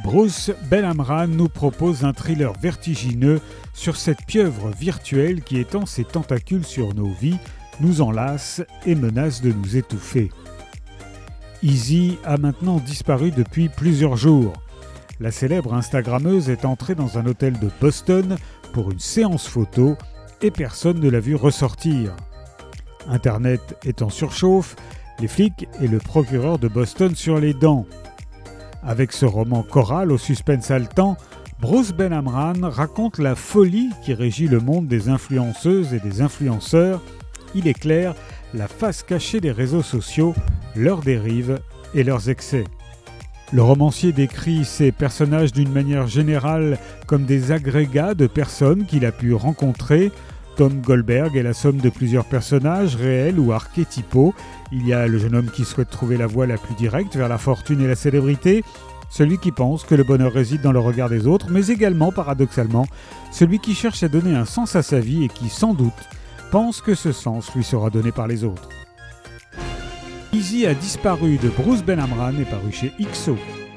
Bruce Ben-Amran nous propose un thriller vertigineux sur cette pieuvre virtuelle qui étend ses tentacules sur nos vies, nous enlace et menace de nous étouffer. Izzy a maintenant disparu depuis plusieurs jours. La célèbre Instagrammeuse est entrée dans un hôtel de Boston pour une séance photo et personne ne l'a vue ressortir. Internet est en surchauffe, les flics et le procureur de Boston sur les dents. Avec ce roman choral au suspense haletant, Bruce Ben-Amran raconte la folie qui régit le monde des influenceuses et des influenceurs. Il éclaire la face cachée des réseaux sociaux, leurs dérives et leurs excès. Le romancier décrit ces personnages d'une manière générale comme des agrégats de personnes qu'il a pu rencontrer. Tom Goldberg est la somme de plusieurs personnages réels ou archétypaux. Il y a le jeune homme qui souhaite trouver la voie la plus directe vers la fortune et la célébrité, celui qui pense que le bonheur réside dans le regard des autres, mais également, paradoxalement, celui qui cherche à donner un sens à sa vie et qui, sans doute, pense que ce sens lui sera donné par les autres. Izzy a disparu de Bruce Ben-Amran est paru chez XO.